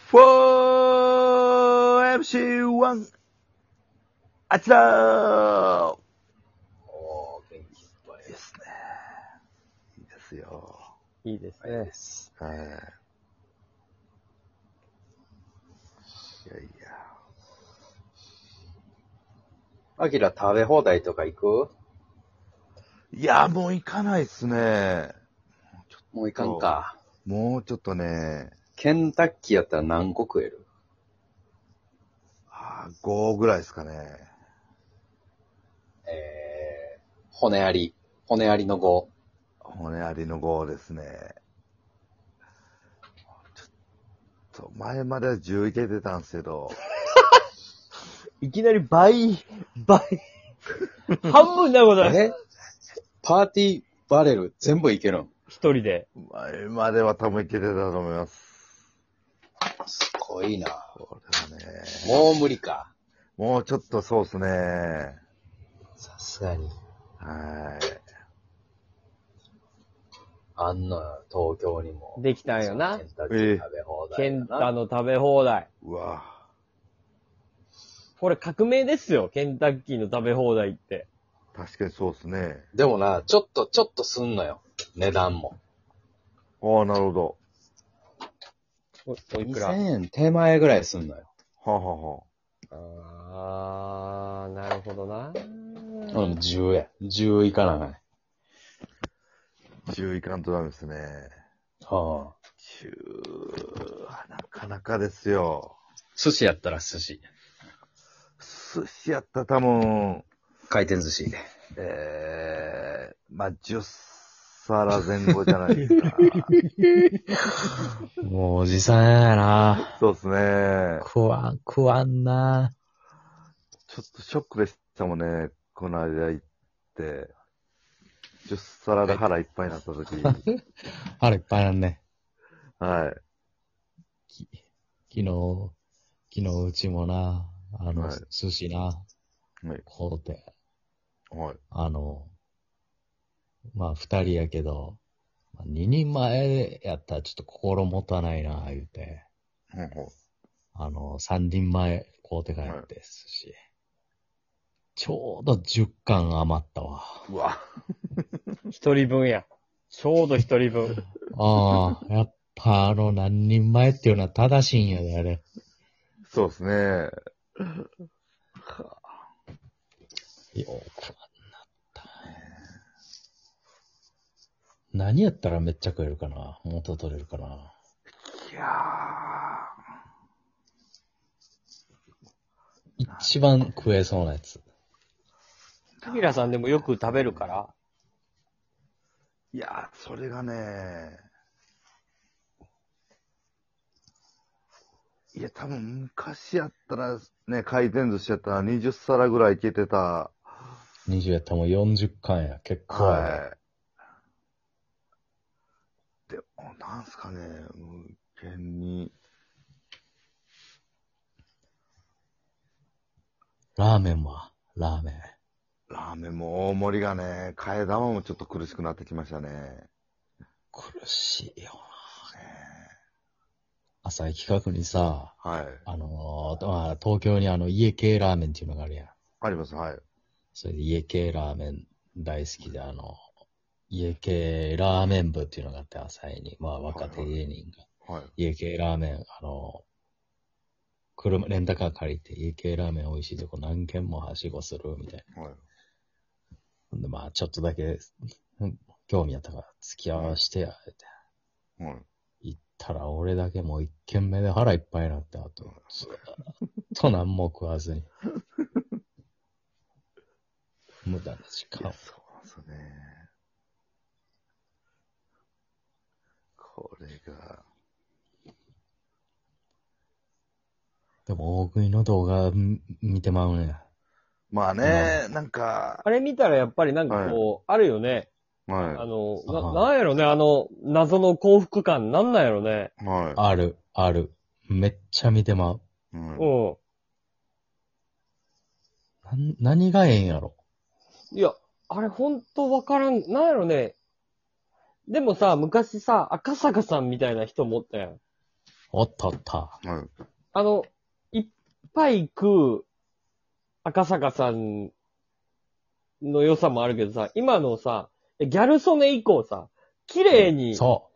4MC1 あちらー。 おー、元気いっぱいいいですね。いいですよ。 いいですね。 はい。いやいや。 アキラ食べ放題とか行く？ いや、もう行かないっすね。 もう行かんか。 もうちょっとね、 ケンタッキーやったら何個食える 5ぐらいですかね。 骨ありの5。 骨ありの5ですね。ちょっと、前までは10いけてたんですけど。 いきなり倍、半分になることない。 パーティーバレル全部いけるん？ 一人で。 前までは多分いけてたと思います。 すごいな。 これはね。 もう無理か。 もうちょっとそうですね。 さすがに。 はい。 あんのよ、東京にも。 できたんよなケンタッキー食べ放題ケンやな。 タの食べ放題。 うわこれ革命ですよ、ケンタッキーの食べ放題って。 確かにそうですね。 でもな、ちょっとすんのよ。値段も。 ああ、なるほど。 おいくら？ 2000円手前ぐらいすんのよ。 はあ、はあはなるほどな。 10や。10いかない。 あ、10いかんとダメですね。 はあ。 10はなかなかですよ。 寿司やったら寿司。 寿司やったら多分、 回転寿司。 まあ、10皿前後じゃないですか。 もうおじさんやな。 そうですね。 食わんな。 ちょっとショックでしたもんね。この間行って。10皿で腹いっぱいになった時。 腹いっぱいなんね。 はい。 昨日うちもな、 はい寿司な、 はい。 買うて、 はい。 まあ、二人やけど、二人前やったらちょっと心もたないな、言うて、 ほんほん三人前買うて帰はいって、寿司。ちょうど10貫余ったわ。 うわ。 一人分や。ちょうど一人分。 ああ、やっぱ何人前っていうのは正しいんやで、あれ。 そうですね。 よくはなった。何やったらめっちゃ食えるかな？元取れるかな？ いや一番食えそうなやつ。 アキラさんでもよく食べるから。 いやー、それがね、いや、多分昔やったら、ね、回転寿司やったら20皿ぐらいいけてた。 20やったらもう40貫や。結構やね。 はい。でも、なんすかね、無限に。 ラーメンはラーメン。 ラーメンも大盛りがね、替え玉もちょっと苦しくなってきましたね。 苦しいよな。朝駅近くにさ、 はい。 まあ東京に家系ラーメンっていうのがあるやん。 あります、はい。 それで家系ラーメン大好きで、家系ラーメン部っていうのがあって、朝に、まあ若手芸人が、 はい。 家系ラーメン、レンタカー借りて家系ラーメン美味しいとこ何軒もはしごするみたいな。 はい。 ほんで、まあちょっとだけ、興味あったから付き合わしてや、ってはい。 行ったら俺だけもう一軒目で腹いっぱいになって、あと、ずーっと何も食わずに。無駄な時間いや、。そうなんですよね。これが、 でも大食いの動画見てまうね。 まあね、なんか、 あれ見たらやっぱりなんかこう、あるよね。 はなんやろね、謎の幸福感、なんなんやろね。 い。はある。めっちゃ見てまう。 い。うんうん。 何がええんやろ。 いや、あれほんとわからん、なんやろね。でもさ、昔さ、赤坂さんみたいな人もおったやん。 おっとおっと。 はい。 いっぱい食う赤坂さんの良さもあるけどさ、今のさ、ギャル曽根以降さ、綺麗に、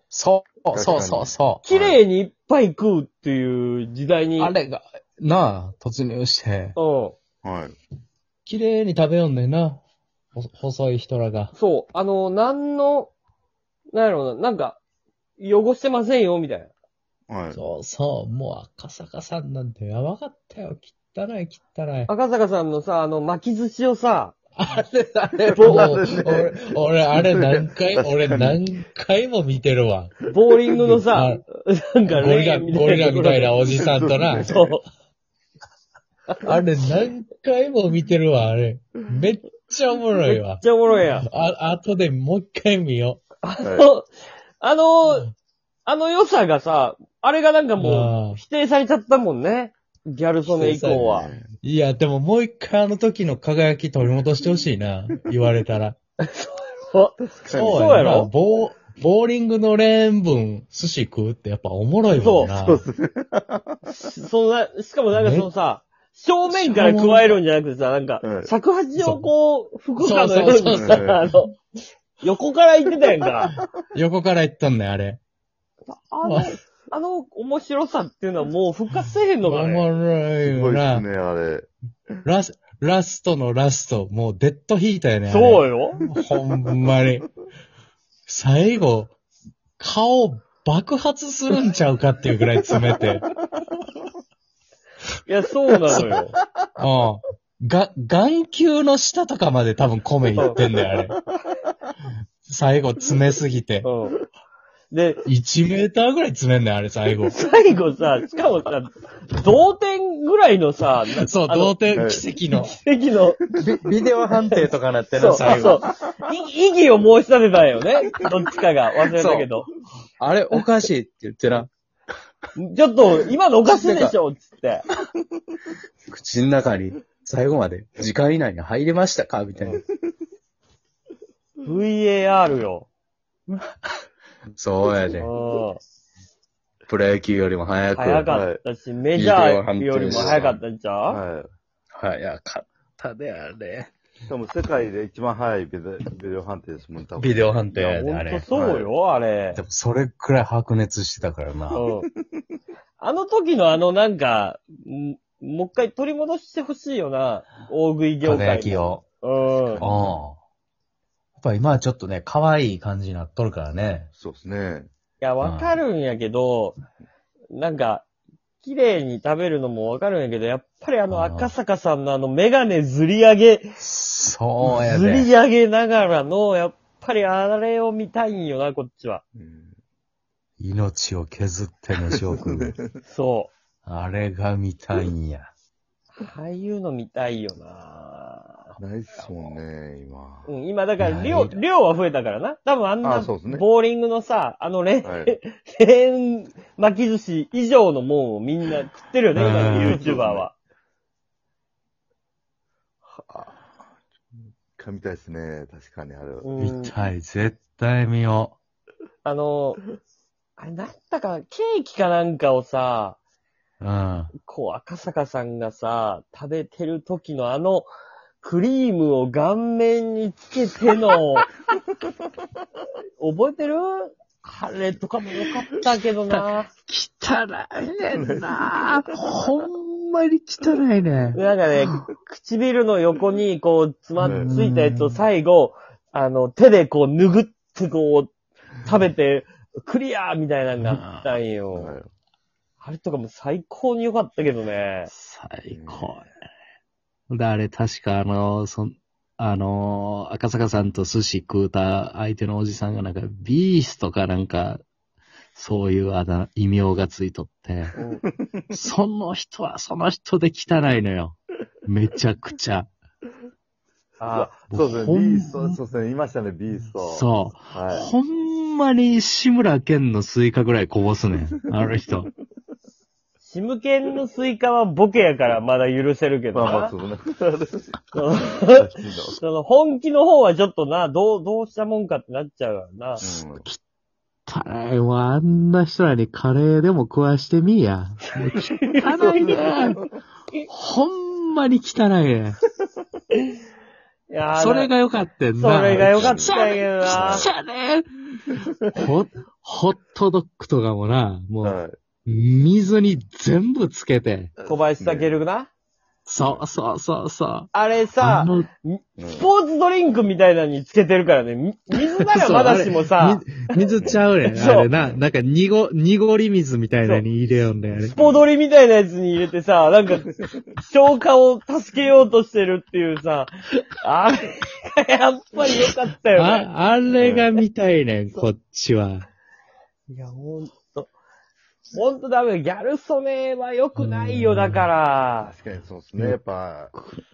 そう。 綺麗にいっぱい食うっていう時代に、 あれが、なあ、突入して、 うん。 はい。 綺麗に食べよんねんな。細い人らが。 そう、なんやろうな、なんか、汚してませんよ、みたいな。 はい。 そう、もう赤坂さんなんてやばかったよ。汚い。 赤坂さんのさ、巻き寿司をさ、 あれ、 ボもう、俺、あれ何回も見てるわ。 ボーリングのさ、なんかゴリラみたいなおじさんとな。 そう。 あれ何回も見てるわ、あれ。めっちゃおもろいわめっ。ちゃおもろいやん。 後でもう一回見よあの良さがさ、あれがなんかもう、否定されちゃったもんね。ギャル曽根以降は。 う。いや、でももう一回あの時の輝き取り戻してほしいな。言われたら。 そうやろボーリングのレーン分寿司食うってやっぱおもろいもんな。 そうですね。 しかもなんかそのさ、正面から加えるんじゃなくてさ、なんかは、い尺八をこう、吹くかのようにそうさ、横から言ってたやんか。 横から言ったんねん、あれ。 面白さっていうのはもう復活せえへんのかおね。 もろいすごよな。 いですね、あれ。 ラストのラスト、もうデッドヒートやねん。 そうよ。 ほんまに。最後、顔爆発するんちゃうかっていうぐらい詰めて。 いや、そうなのよ。 眼球の下とかまで多分米いってんだよ、あれ。最後詰めすぎて。 うん。で、 1メーターぐらい詰めんねん、あれ、最後。 最後さ、しかもさ、同点ぐらいのさ、 そう、同点、奇跡の。 奇跡の、 ビデオ判定とかなってな、 そう、 最後。 そう。異議を申し立てたんよね。どっちかが忘れたけど。 あれ、おかしいって言ってな。 ちょっと、今のおかしいでしょ、つって。 口の中に、最後まで、時間以内に入れましたかみたいな。 VAR よ。 そうやで。 うん。 プロ野球よりも早く。 早かったし、メジャーよりも早かったんちゃうはい。 早かったで、あれ。 しかも世界で一番早いビデオ判定ですもん、多分。 ビデオ判定いや、 やで、あほんとれ。 そうよ、あれで。も、それくらい白熱してたからな。 うん。あの時のなんか、もう一回取り戻してほしいよな、大食い業界。 輝きを。 うん。 やっぱ今はちょっとね、可愛い感じになっとるからね。 そうですね。 いや、わかるんやけど、なんか、綺麗に食べるのもわかるんやけど、やっぱり赤坂さんのメガネずり上げ、 そうやずりで。 上げながらの、やっぱりあれを見たいんよな、こっちは。 うん命を削って飯を食う。 そあれが見たいんや。 う。ああいうの見たいよな。 ないっすもんね、今。 うん、今だからいや量は増えたからな。多分あんな、 そうですねボーリングのさ、 はいレーン巻き寿司以上のもんをみんな食ってるよね、今の YouTuber は。 見たいですね、確かにあれは。 うん見たい、絶対見よあれなんだか、ケーキかなんかをさ、 う。うん。 こう赤坂さんがさ、食べてる時のクリームを顔面につけての、覚えてるあれとかもよかったけどな。 汚いねんな。ほんまに汚いね。 なんかね、唇の横にこう、ついたやつを最後、手でこう、拭ってこう、食べて、クリアーみたいなのがあったんよ。 はいあれとかも最高に良かったけどね。 最高やね。で、あれ確か赤坂さんと寿司食うた相手のおじさんがなんか、ビーストかなんか、そういう異名がついとって、その人はその人で汚いのよ。めちゃくちゃ。 そうですね、 ほんビースト、そうですね、いましたね、ビースト。 そう。 はほんまに志村けんのスイカぐらいこぼすねん。あの人。 シムケンのスイカはボケやからまだ許せるけい。 どな。 そうですね。 その本気の方はちょっとな、どうしたもんかってなっちゃうからな。 うん汚い。もうあんな人らにカレーでも食わしてみいや。もう汚いね。ほんまに汚いね。 いやーそれが良かったんな。 それが良かったんやけどな。 汚ね。ホットドッグとかもな、もう、 はい。 水に全部つけて。 小林健な。 そうそうそうそう。 あれさ、 のスポーツドリンクみたいなのにつけてるからね。水ならまだしもさ、 水ちゃうねん。 そうあれな、なんか濁り水みたいなのに入れよんだよねス。ポドリみたいなやつに入れてさ、なんか、消化を助けようとしてるっていうさ、あれがやっぱり良かったよね。 あれが見たいねん、こっちは。 いや、ほんとダメ。ギャル曽根は良くないよ、だから。 確かにそうですね。やっぱ、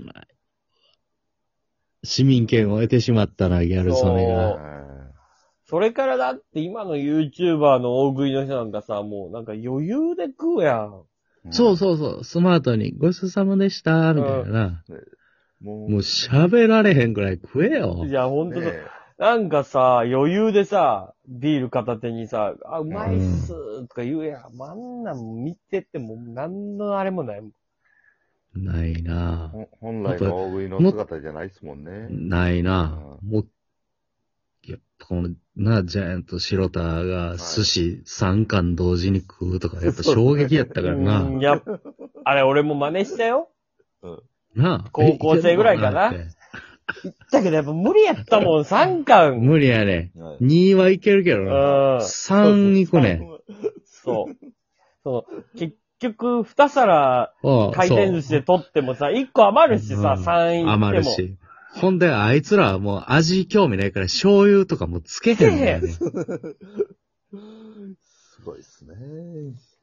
市民権を得てしまったな、ギャル曽根が。 それからだって今の YouTuber の大食いの人なんかさ、もうなんか余裕で食うやん。 そうそうそう、スマートに、ごちそうさまでした、みたいなな。 ももう喋られへんくらい食えよい。や、ほんとそう。 ねなんかさ、余裕でさ、ビール片手にさ、あ、うまいっすとか言うやん。あんなん見てても、なんのあれもないもん。 ないな本来の大食いの姿じゃないですもんね。 ないなもう、やっぱこの、ジャイアント白田が寿司3貫同時に食うとか、やっぱ衝撃やったからな。 うんあれ俺も真似したよ。 なあ。 高校生ぐらいかなだけどやっぱ無理やったもん、3巻。 無理やね。 はい 2はいけるけどうな。 ん。 3いくね。 そう。結局、2皿回転寿司で取ってもさ、1個余るしさ、3位っても。 余るし。ほんで、あいつらはもう味興味ないから醤油とかもつけへんねんね。 すごいですね。